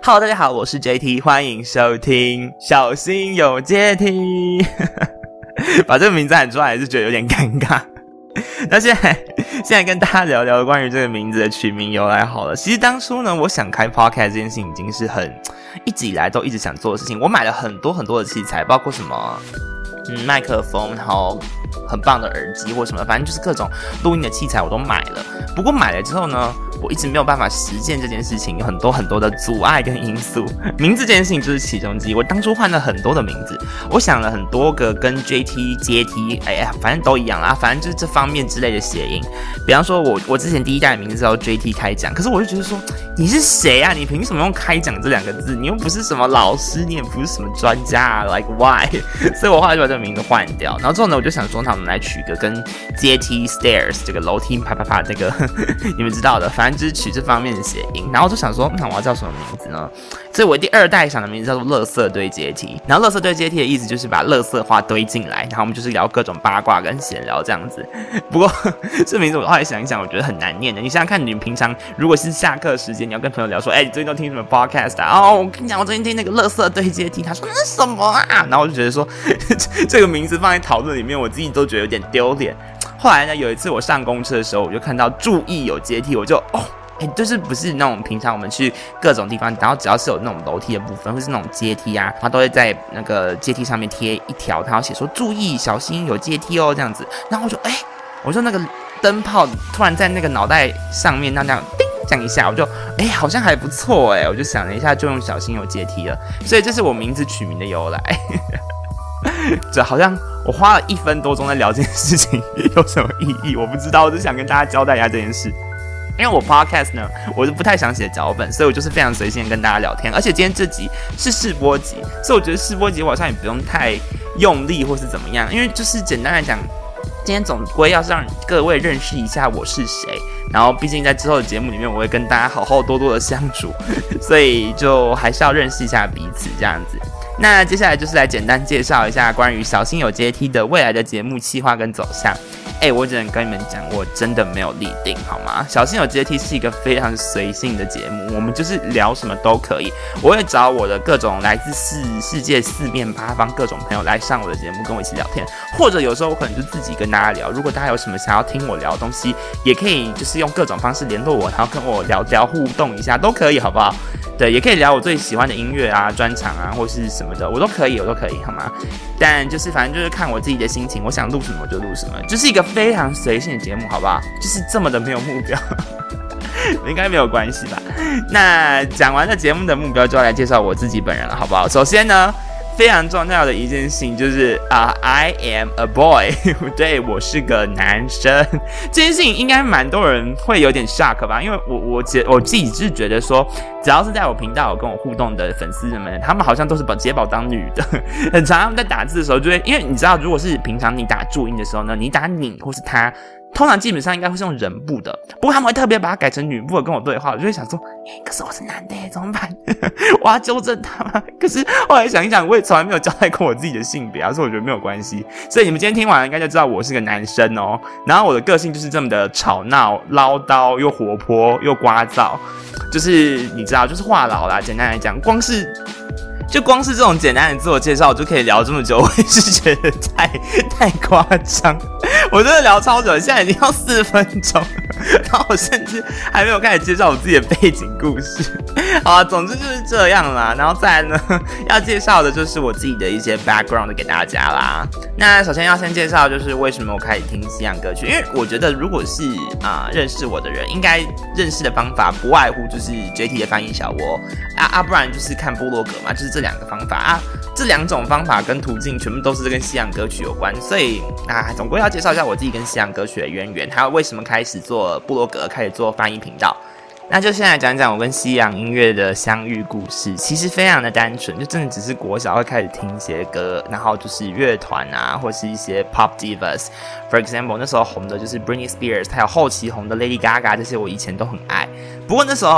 Hello， 大家好，我是 JT， 欢迎收听小心有阶梯。把这个名字喊出来还是觉得有点尴尬。那现在跟大家聊聊关于这个名字的取名由来好了。其实当初呢，我想开 podcast 这件事情已经是一直以来都一直想做的事情。我买了很多的器材，包括什么麦克风，然后很棒的耳机或什么，反正就是各种录音的器材我都买了。不过买了之后呢，我一直没有办法实践这件事情，有很多的阻碍跟因素。名字这件事情就是其中之一。我当初换了很多的名字，我想了很多个跟 JT 阶梯，反正都一样啦，反正就是这方面之类的谐音。比方说我之前第一代的名字叫 JT 开讲，可是我就觉得说你是谁啊？你凭什么用开讲这2个字？你又不是什么老师，你也不是什么专家啊 ，like why？ 所以我后来就把这个名字换掉。然后之后呢，我就想说，那我们来取个跟阶梯 stairs 这个楼梯啪啪啪这个你们知道的，反正就是取这方面的谐音。然后我就想说，那我要叫什么名字呢？所以我第2代想的名字叫做垃圾堆阶梯。然后垃圾堆阶梯的意思就是把垃圾话堆进来，然后我们就是聊各种八卦跟闲聊这样子。不过这名字我后来想一想，我觉得很难念的。你想想看，你们平常如果是下课时间，你要跟朋友聊说，你最近都听什么 podcast 啊？哦，我跟你讲，我最近听那个垃圾堆阶梯。他说那是什么啊？然后我就觉得说这个名字放在讨论里面，我自己都觉得有点丢脸。后来呢，有一次我上公车的时候，我就看到注意有阶梯，我就就是不是那种平常我们去各种地方，然后只要是有那种楼梯的部分，或是那种阶梯啊，它都会在那个阶梯上面贴一条，它要写说注意小心有阶梯哦这样子。然后我就那个灯泡突然在那个脑袋上面那样叮这样一下，我就好像还不错我就想了一下，就用小心有阶梯了。所以这是我名字取名的由来。这好像我花了1分多钟在聊这件事情，有什么意义？我不知道，我只想跟大家交代一下这件事。因为我 podcast 呢，我是不太想写脚本，所以我就是非常随性跟大家聊天。而且今天这集是试播集，所以我觉得试播集我好像也不用太用力或是怎么样，因为就是简单来讲，今天总归要是让各位认识一下我是谁，然后毕竟在之后的节目里面，我会跟大家好好多的相处，所以就还是要认识一下彼此这样子。那接下来就是来简单介绍一下关于小心有阶梯的未来的节目企划跟走向。我只能跟你们讲，我真的没有立定，好吗？小心有阶梯是一个非常随性的节目，我们就是聊什么都可以。我会找我的各种来自世界四面八方各种朋友来上我的节目，跟我一起聊天，或者有时候我可能就自己跟大家聊。如果大家有什么想要听我聊的东西，也可以就是用各种方式联络我，然后跟我聊聊互动一下，都可以，好不好？对，也可以聊我最喜欢的音乐啊、专场啊，或是什么的，我都可以，好吗？但就是反正就是看我自己的心情，我想录什么就录什么，就是一个非常随性的节目，好不好？就是这么的没有目标，应该没有关系吧？那讲完了节目的目标，就要来介绍我自己本人了，好不好？首先呢，非常重要的一件事情就是I am a boy 对，我是个男生。这件事情应该蛮多人会有点 shock 吧，因为我自己是觉得说，只要是在我频道有跟我互动的粉丝们，他们好像都是把直接把我当女的。很常他们在打字的时候就会，因为你知道，如果是平常你打注音的时候呢，你打你或是他，通常基本上应该会是用人部的，不过他们会特别把它改成女部的跟我对话，我就会想说，可是我是男的怎么办？我要纠正他吗？可是后来想一想，我也从来没有交代过我自己的性别所以我觉得没有关系。所以你们今天听完了应该就知道我是个男生哦。然后我的个性就是这么的吵闹、唠叨，又活泼又聒噪，就是你知道，就是话痨啦。简单来讲，光是这种简单的自我介绍，我就可以聊这么久，我也是觉得太夸张。我真的聊超久，现在已经要4分钟了，然后我甚至还没有开始介绍我自己的背景故事。好啊，总之就是这样啦。然后再来呢，要介绍的就是我自己的一些 background 给大家啦。那首先要先介绍就是为什么我开始听西洋歌曲，因为我觉得如果是认识我的人，应该认识的方法不外乎就是 JT 的翻译小窝不然就是看部落格嘛，就是这2个方法这2种方法跟途径全部都是跟西洋歌曲有关，所以总归要介绍一下我自己跟西洋歌曲的渊源，还有为什么开始做部落格，开始做翻译频道。那就先来讲讲我跟西洋音乐的相遇故事，其实非常的单纯，就真的只是国小会开始听一些歌，然后就是乐团或是一些 pop divas。For example， 那时候红的就是 Britney Spears， 还有后期红的 Lady Gaga， 这些我以前都很爱。不过那时候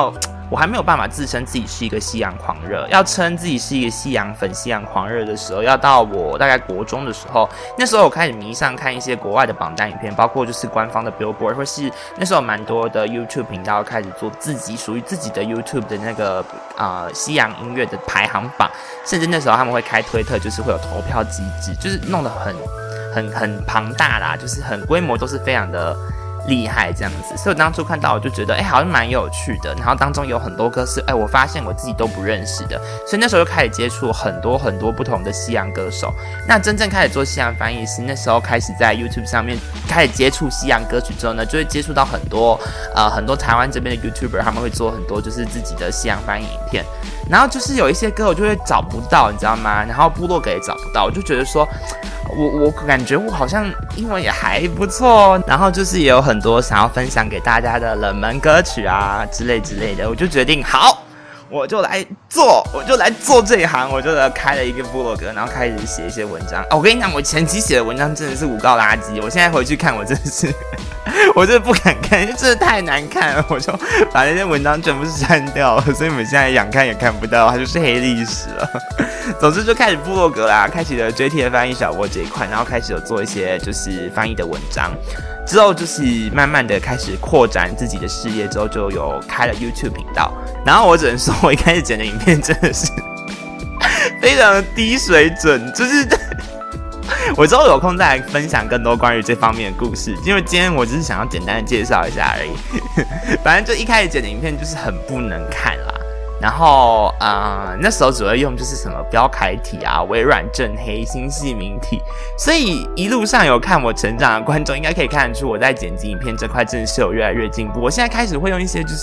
我还没有办法自称自己是一个西洋狂热，要称自己是一个西洋粉、西洋狂热的时候，要到我大概国中的时候，那时候我开始迷上看一些国外的榜单影片，包括就是官方的 Billboard， 或是那时候蛮多的 YouTube 频道开始做属于自己的 YouTube 的那个西洋音乐的排行榜，甚至那时候他们会开推特，就是会有投票机制，就是弄得很庞大啦，就是很规模都是非常的厉害这样子，所以我当初看到我就觉得好像蛮有趣的，然后当中有很多歌是我发现我自己都不认识的，所以那时候就开始接触很多不同的西洋歌手。那真正开始做西洋翻译是那时候开始在 YouTube 上面开始接触西洋歌曲之后呢，就会接触到很多台湾这边的 YouTuber， 他们会做很多就是自己的西洋翻译影片，然后就是有一些歌我就会找不到，你知道吗？然后部落格也找不到，我就觉得说我感觉我好像英文也还不错，然后就是也有很多想要分享给大家的冷门歌曲啊之类的，我就决定好，我就来做这一行，我就开了一个部落格，然后开始写一些文章。我跟你讲，我前期写的文章真的是诬告垃圾，我现在回去看，我真的是我真的不敢看，因为真的太难看了，我就把那些文章全部删掉了，所以你们现在想看也看不到，它就是黑历史了。总之就开始部落格啦，开启了 JT 的翻译小窝这一块，然后开始有做一些就是翻译的文章，之后就是慢慢的开始扩展自己的事业，之后就有开了 YouTube 频道。然后我只能说，我一开始剪的影片真的是非常的低水准，就是我之后有空再来分享更多关于这方面的故事，因为今天我只是想要简单的介绍一下而已。反正就一开始剪的影片就是很不能看啦。然后那时候只会用就是什么标楷体啊、微软正黑、新细明体，所以一路上有看我成长的观众应该可以看得出我在剪辑影片这块真的是有越来越进步。我现在开始会用一些就是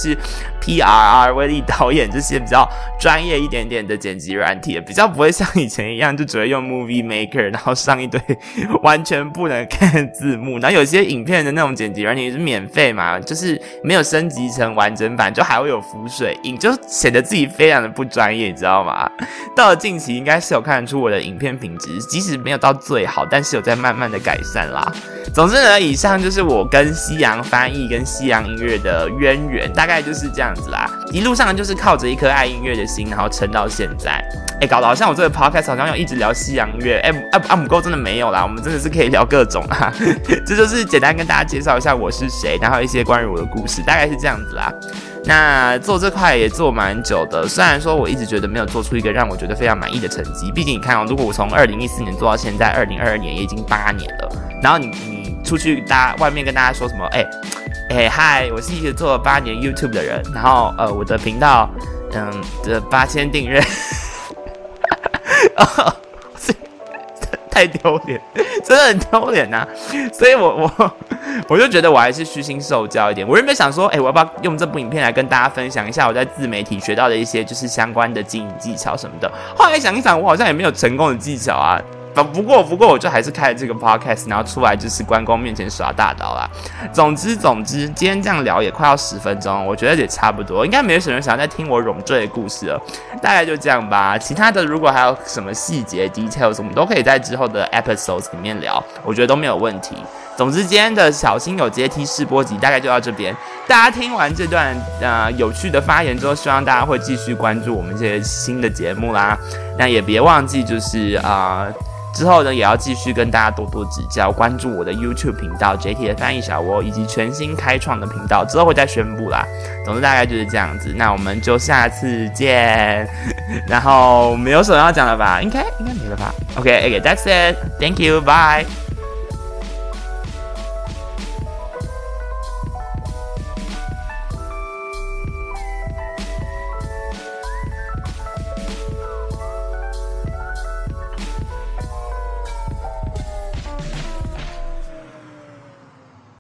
PRR 威力导演这些比较专业一点点的剪辑软体，比较不会像以前一样就只会用 Movie Maker 然后上一堆完全不能看字幕，然后有些影片的那种剪辑软体是免费嘛，就是没有升级成完整版，就还会有浮水印，就显得自己非常的不专业，你知道吗？到了近期应该是有看得出我的影片品质即使没有到最好，但是有在慢慢的改善啦。总之呢，以上就是我跟西洋翻译跟西洋音乐的渊源，大概就是这样子啦。一路上就是靠着一颗爱音乐的心，然后撑到现在。搞得好像我这个 podcast 好像要一直聊西洋音乐，不够真的没有啦，我们真的是可以聊各种啦。这就是简单跟大家介绍一下我是谁，然后一些关于我的故事，大概是这样子啦。那做这块也做蛮久的，虽然说我一直觉得没有做出一个让我觉得非常满意的成绩，毕竟你看如果我从2014年做到现在2022年也已经8年了，然后你出去外面跟大家说什么嗨，我是一个做了8年 YouTube 的人，然后我的频道的8000订阅太丢脸，真的很丢脸呐！所以我就觉得我还是虚心受教一点。我原本想说，我要不要用这部影片来跟大家分享一下我在自媒体学到的一些就是相关的经营技巧什么的。后来想一想，我好像也没有成功的技巧啊。不过我就还是开了这个 podcast， 然后出来就是关公面前耍大刀啦。总之，今天这样聊也快要10分钟，我觉得也差不多，应该没有什么人想要再听我冗赘的故事了，大概就这样吧。其他的如果还有什么细节 details， 我们都可以在之后的 episodes 里面聊，我觉得都没有问题。总之，今天的小心有阶梯试播集大概就到这边。大家听完这段有趣的发言之后，希望大家会继续关注我们这些新的节目啦。那也别忘记就是之后呢，也要继续跟大家多多指教，关注我的 YouTube 频道 JT 的翻译小窝，以及全新开创的频道，之后会再宣布啦。总之大概就是这样子，那我们就下次见。然后没有什么要讲了吧？应该没了吧？OK，that's it. Thank you. Bye.